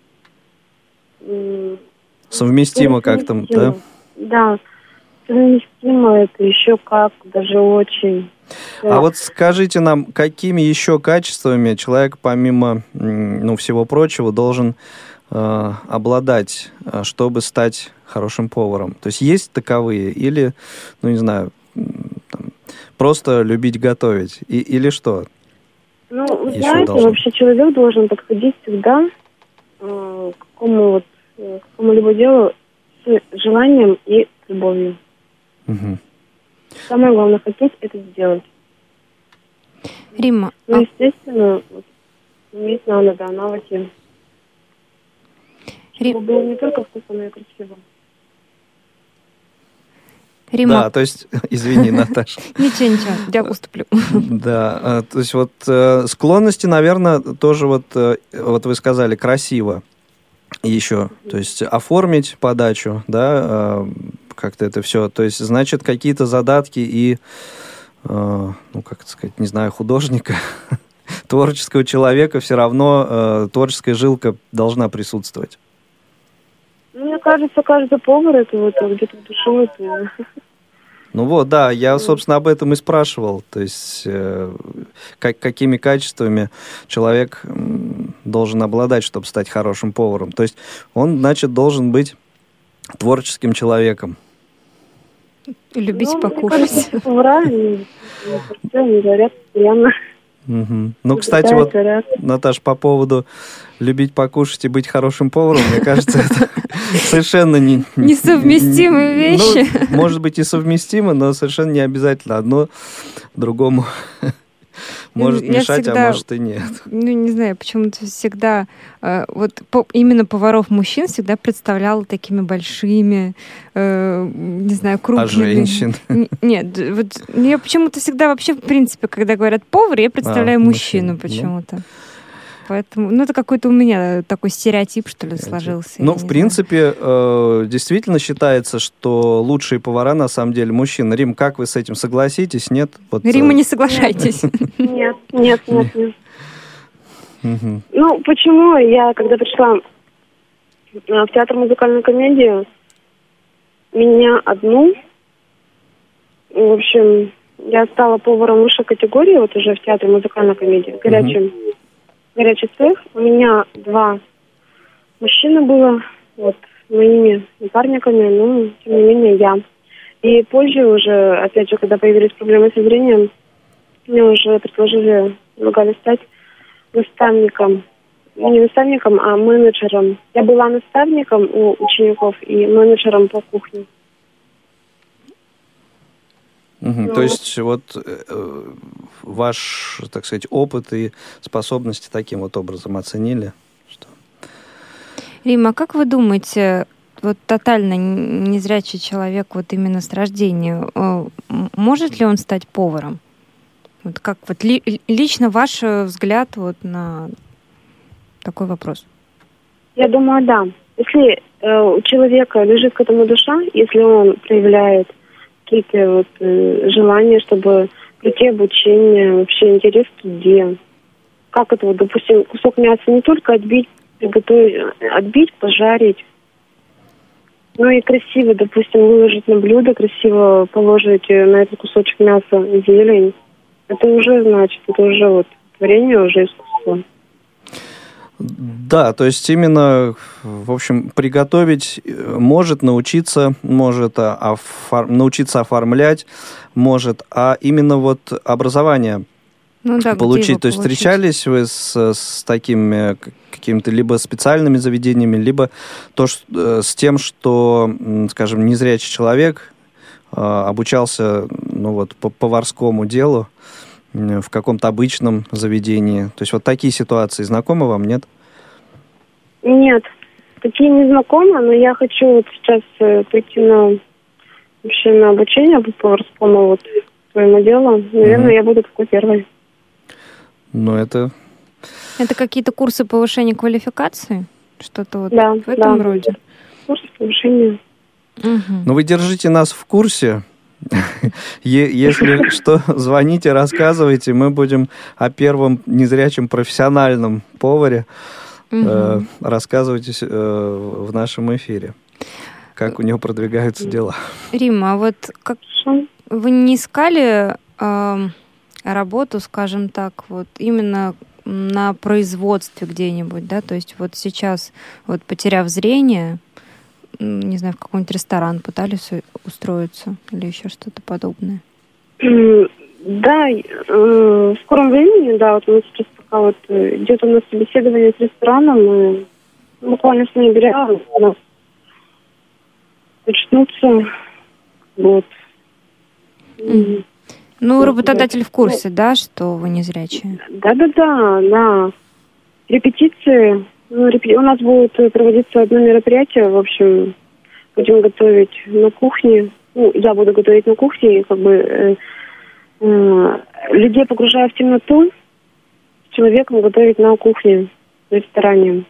совместимо как-то, да? Да, совместимо это еще как, даже очень. А вот скажите нам, какими еще качествами человек, помимо всего прочего, должен обладать, чтобы стать хорошим поваром? То есть есть таковые или, не знаю, просто любить готовить или что? Знаете, вообще человек должен подходить всегда к какому-либо делу с желанием и с любовью. Угу. Самое главное хотеть это сделать. Римма. Естественно, уметь надо, да, навыки. Чтобы было не только вкусно, но и красиво. Римма. Да, то есть, извини, Наташа. Ничего, я уступлю. Да, то есть вот склонности, наверное, тоже вот вы сказали, красиво еще, то есть оформить подачу, да, как-то это все, то есть, значит, какие-то задатки и, как это сказать, не знаю, художника, творческого человека, все равно творческая жилка должна присутствовать. Мне кажется, каждый повар это вот где-то в душе. Да, я, собственно, об этом и спрашивал. То есть, какими качествами человек должен обладать, чтобы стать хорошим поваром. То есть, он, значит, должен быть творческим человеком. И любить покушать. Мне кажется, повара, они говорят постоянно. Угу. Кстати, вот, Наташ, по поводу любить покушать и быть хорошим поваром, мне кажется, это совершенно несовместимые вещи. Может быть, и совместимы, но совершенно не обязательно. Одно другому может мешать, а может и нет. Не знаю, почему-то всегда именно поваров мужчин всегда представляла такими большими, не знаю, крупными. А женщин? Нет, я почему-то всегда вообще, в принципе, когда говорят повар, я представляю мужчину почему-то. Поэтому, это какой-то у меня такой стереотип, что ли, сложился. В принципе, действительно считается, что лучшие повара на самом деле мужчины. Рим, как вы с этим согласитесь? Нет? Рима, не соглашайтесь. Нет. Почему? Я, когда пришла в театр музыкальную комедию, меня одну. В общем, я стала поваром высшей категории, вот уже в театре музыкальной комедии. Горячий цех. У меня 2 мужчины было, вот, моими напарниками, но, тем не менее, я. И позже уже, опять же, когда появились проблемы со зрением, мне уже предлагали стать наставником. Не наставником, а менеджером. Я была наставником у учеников и менеджером по кухне. То есть вот ваш, так сказать, опыт и способности таким вот образом оценили? Что... Рима, как вы думаете, вот тотально незрячий человек вот именно с рождения, может ли он стать поваром? Вот как вот лично ваш взгляд вот на такой вопрос? Я думаю, да. Если у человека лежит к этому душа, если он проявляет какие-то вот желания, чтобы пройти обучение, вообще интерес к еде. Как это вот, допустим, кусок мяса не только отбить, приготовить, отбить, пожарить, но и красиво, допустим, выложить на блюдо, красиво положить на этот кусочек мяса зелень. Это уже значит, это уже вот творение, уже искусство. Да, то есть именно, в общем, приготовить может, научиться может, научиться оформлять может, а именно вот образование получить. То есть встречались вы с такими какими-то либо специальными заведениями, либо с тем, что, скажем, незрячий человек обучался по поварскому делу в каком-то обычном заведении. То есть вот такие ситуации знакомы вам, нет? Нет, такие не знакомы, но я хочу вот сейчас пойти на обучение по поварскому вот своему делу. Наверное, я буду такой первой. Это какие-то курсы повышения квалификации? Что-то вот в этом роде? Курсы повышения. Вы держите нас в курсе. Если что, звоните, рассказывайте. Мы будем о первом незрячем профессиональном поваре рассказывать в нашем эфире, как у него продвигаются дела. Рима, а вот как вы не искали работу, скажем так, вот именно на производстве где-нибудь, да? То есть вот сейчас, вот потеряв зрение, не знаю, в какой-нибудь ресторан пытались устроиться или еще что-то подобное? Да, в скором времени, да, вот мы сейчас пока вот идет у нас собеседование с рестораном, мы буквально с ноября у нас начнутся, вот. Работодатель в курсе, да, что вы незрячие? Да. Репетиции. У нас будет проводиться одно мероприятие, в общем, будем готовить на кухне. Я буду готовить на кухне, и людей погружая в темноту, с человеком готовить на кухне в ресторане.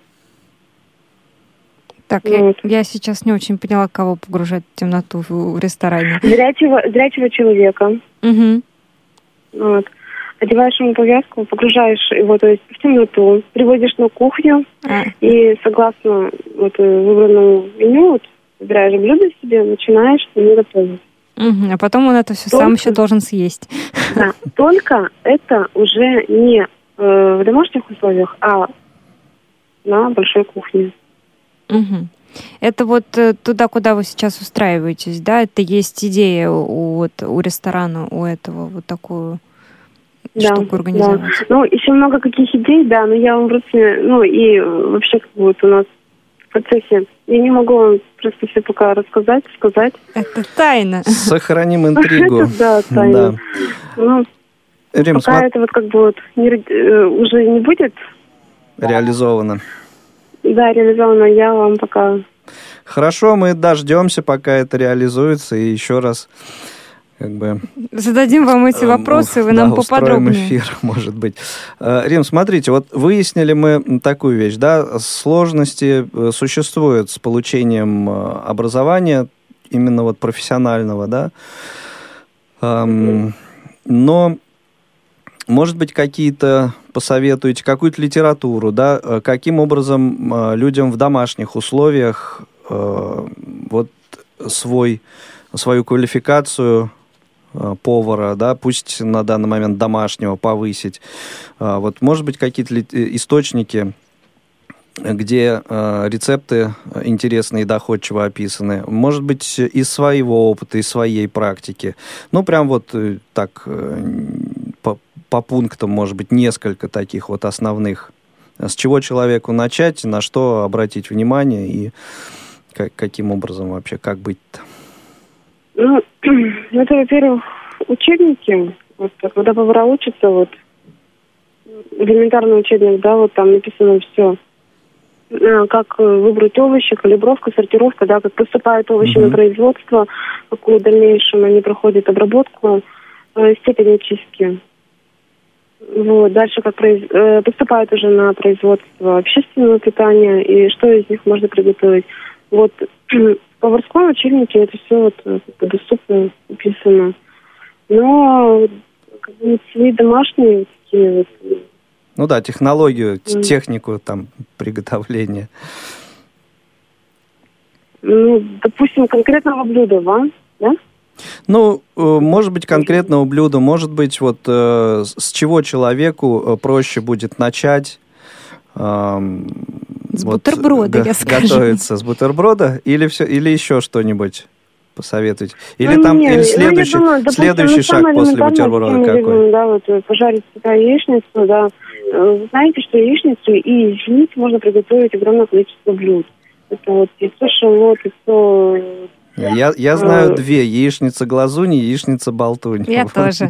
Так, я сейчас не очень поняла, кого погружать в темноту в ресторане. Зрячего человека. Угу. Вот. Одеваешь ему повязку, погружаешь его, то есть, в темноту, приводишь на кухню, и согласно выбранному меню, выбираешь блюдо себе, начинаешь ему готовить. А потом он это все сам еще должен съесть. Да, только это уже не в домашних условиях, а на большой кухне. Угу. Это вот туда, куда вы сейчас устраиваетесь, да? Это есть идея у ресторана, у этого вот такую штуку организовать? Да. Еще много каких идей, да, но я вам просто... и вообще у нас в процессе... Я не могу вам просто все пока сказать. Это тайна. Сохраним интригу. Да, тайна. Рим, пока это уже не будет... Реализовано. Да, реализовано. Я вам пока... Хорошо, мы дождемся, пока это реализуется, и еще раз зададим вам эти вопросы, вы нам поподробнее. Устроим эфир, может быть. Рим, смотрите, вот выяснили мы такую вещь, да, сложности существуют с получением образования, именно вот профессионального, да, но, может быть, посоветуете какую-то литературу, да, каким образом людям в домашних условиях свою квалификацию повара, да, пусть на данный момент домашнего, повысить. Вот, может быть, какие-то источники, где рецепты интересные и доходчиво описаны. Может быть, из своего опыта, из своей практики. Ну, прям вот так, по пунктам, может быть, несколько таких вот основных. С чего человеку начать, на что обратить внимание и каким образом вообще, как быть-то? Ну, это, во-первых, учебники. Вот, когда повара учатся, вот, элементарный учебник, да, вот там написано все. Как выбрать овощи, калибровка, сортировка, да, как поступают овощи на производство, какую в дальнейшем они проходят обработку, степень очистки. Вот, дальше как поступают уже на производство общественного питания и что из них можно приготовить. Вот в поварском учебнике это все вот доступно, написано. Но как бы свои домашние такие вот. Ну да, технологию, технику там приготовления. Ну, допустим, конкретного блюда вам, да? Ну, может быть, конкретного блюда, может быть, вот с чего человеку проще будет начать. С бутерброда, я скажу. Готовиться с бутерброда или еще что-нибудь посоветовать? Или там или следующий шаг после бутерброда какой? Да, вот пожарить всегда яичницу, да. Вы знаете, что яичницу и из яиц можно приготовить огромное количество блюд. Это вот яйцо шалот, яйцо... Я знаю две. Яичница-глазунья, яичница-болтунья. Я тоже.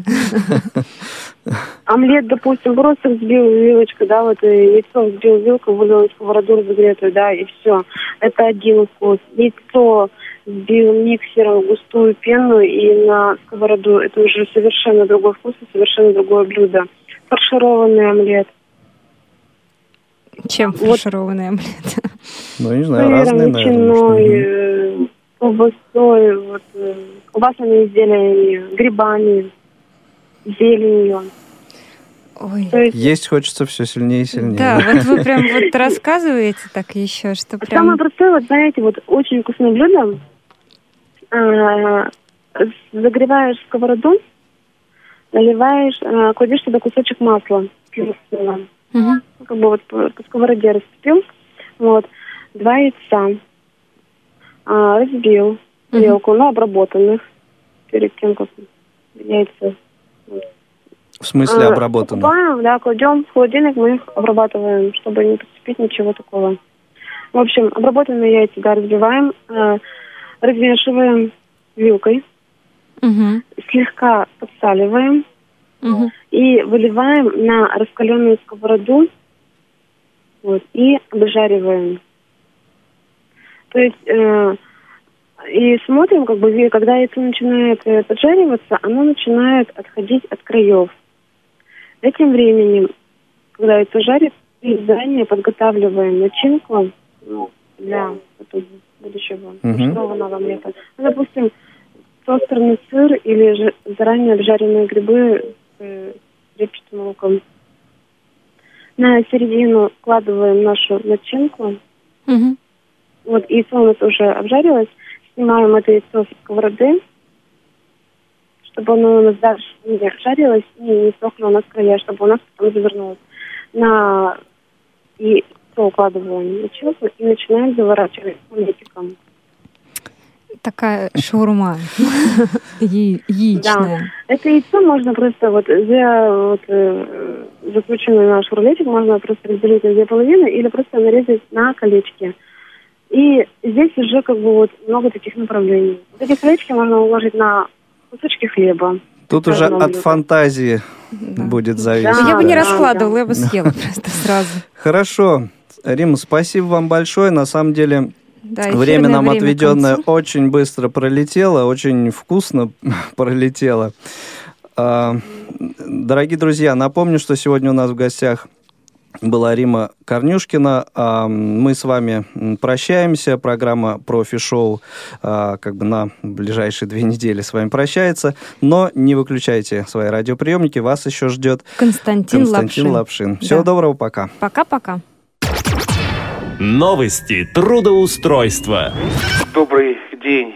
Омлет, допустим, просто взбил вилочкой, да, вот яйцо взбил вилкой, вылил в сковороду разогретую, да, и все. Это один вкус. Яйцо взбил миксером густую пену и на сковороду. Это уже совершенно другой вкус и совершенно другое блюдо. Фаршированный омлет. Чем фаршированный омлет? Ну, не знаю, разные, наверное. Колбасой, вот, колбасными изделиями, грибами, зеленью. Ой. Есть хочется все сильнее и сильнее. Да, вот вы прям вот рассказываете так еще, что прям... Самое простое, вот знаете, вот очень вкусное блюдо. Загреваешь сковороду, наливаешь, кладешь туда кусочек масла. Как бы вот по сковороде расцепил. Вот. 2 яйца. Разбил тарелку, но обработанных перед тем, как яйца. В смысле обработанных? Покупаем, да, кладем в холодильник, мы их обрабатываем, чтобы не подцепить ничего такого. В общем, обработанные яйца, да, разбиваем, размешиваем вилкой, слегка подсаливаем и выливаем на раскаленную сковороду, вот, и обжариваем. То есть, и смотрим, как бы, когда яйцо начинает поджариваться, оно начинает отходить от краев. Этим временем, когда яйцо жарит, мы заранее подготавливаем начинку для будущего фаршированного омлета. Ну, допустим, тостерный сыр или заранее обжаренные грибы с репчатым луком. На середину складываем нашу начинку. Вот, яйцо у нас уже обжарилось. Снимаем это яйцо с сковороды, чтобы оно у нас дальше не жарилось и не сохло у нас края, чтобы у нас потом завернулось. На яйцо укладываем начинку и начинаем заворачивать омлетиком. Такая шаурма яичная. Да. Это яйцо можно просто закрученный наш рулетик можно просто разделить на 2 половины или просто нарезать на колечки. И здесь уже как бы вот много таких направлений. Вот эти колечки можно уложить на кусочки хлеба. Тут уже от фантазии будет зависеть. Да, я бы не раскладывала, я бы съела просто сразу. Хорошо. Римма, спасибо вам большое. На самом деле, время нам отведенное очень быстро пролетело, очень вкусно пролетело. Дорогие друзья, напомню, что сегодня у нас в гостях была Римма Корнюшкина. Мы с вами прощаемся. Программа «Профи-шоу» как бы на ближайшие 2 недели с вами прощается. Но не выключайте свои радиоприемники. Вас еще ждет Константин Лапшин. Всего доброго, пока. Пока-пока. Новости трудоустройства. Добрый день,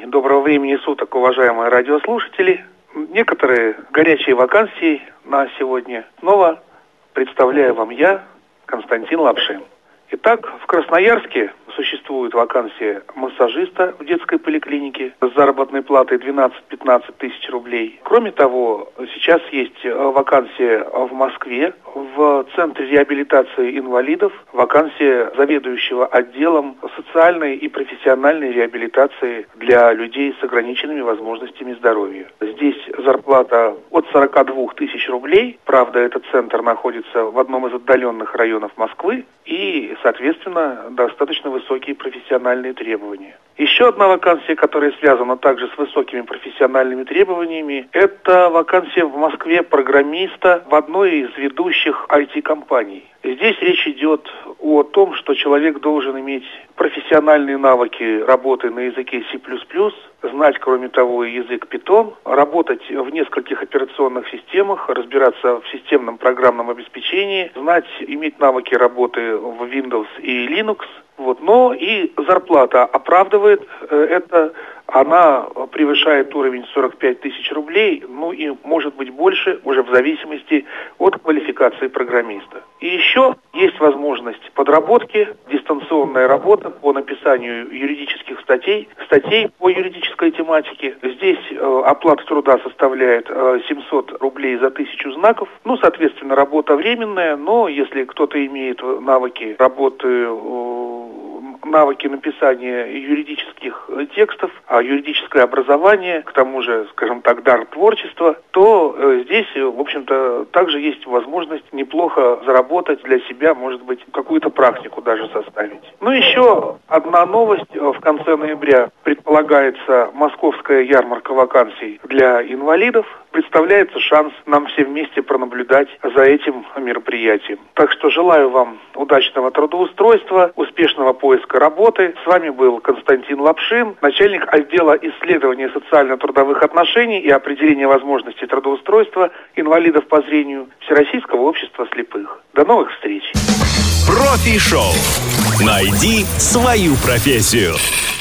Доброго времени суток, уважаемые радиослушатели. Некоторые горячие вакансии на сегодня снова представляю вам я, Константин Лапшин. Итак, в Красноярске существует вакансия массажиста в детской поликлинике с заработной платой 12-15 тысяч рублей. Кроме того, сейчас есть вакансия в Москве в Центре реабилитации инвалидов, вакансия заведующего отделом социальной и профессиональной реабилитации для людей с ограниченными возможностями здоровья. Здесь зарплата от 42 тысяч рублей. Правда, этот центр находится в одном из отдаленных районов Москвы и, соответственно, достаточно высокие профессиональные требования. Еще одна вакансия, которая связана также с высокими профессиональными требованиями, это вакансия в Москве программиста в одной из ведущих IT-компаний. Здесь речь идет о том, что человек должен иметь профессиональные навыки работы на языке C++, знать, кроме того, и язык Python, работать в нескольких операционных системах, разбираться в системном программном обеспечении, знать, иметь навыки работы в Windows и Linux. Но и зарплата оправдывает это. Она превышает уровень 45 тысяч рублей, и может быть больше, уже в зависимости от квалификации программиста. И еще есть возможность подработки, дистанционная работа по написанию юридических статей по юридической тематике. Здесь оплата труда составляет 700 рублей за 1000 знаков. Соответственно, работа временная, но если кто-то имеет навыки работы, навыки написания юридических текстов, юридическое образование, к тому же, скажем так, дар творчества, то здесь, в общем-то, также есть возможность неплохо заработать для себя, может быть, какую-то практику даже составить. Еще одна новость. В конце ноября предполагается московская ярмарка вакансий для инвалидов. Представляется шанс нам все вместе пронаблюдать за этим мероприятием. Так что желаю вам удачного трудоустройства, успешного поиска работы. С вами был Константин Лапшин, начальник отдела исследования социально-трудовых отношений и определения возможностей трудоустройства инвалидов по зрению Всероссийского общества слепых. До новых встреч! Профи-шоу. Найди свою профессию.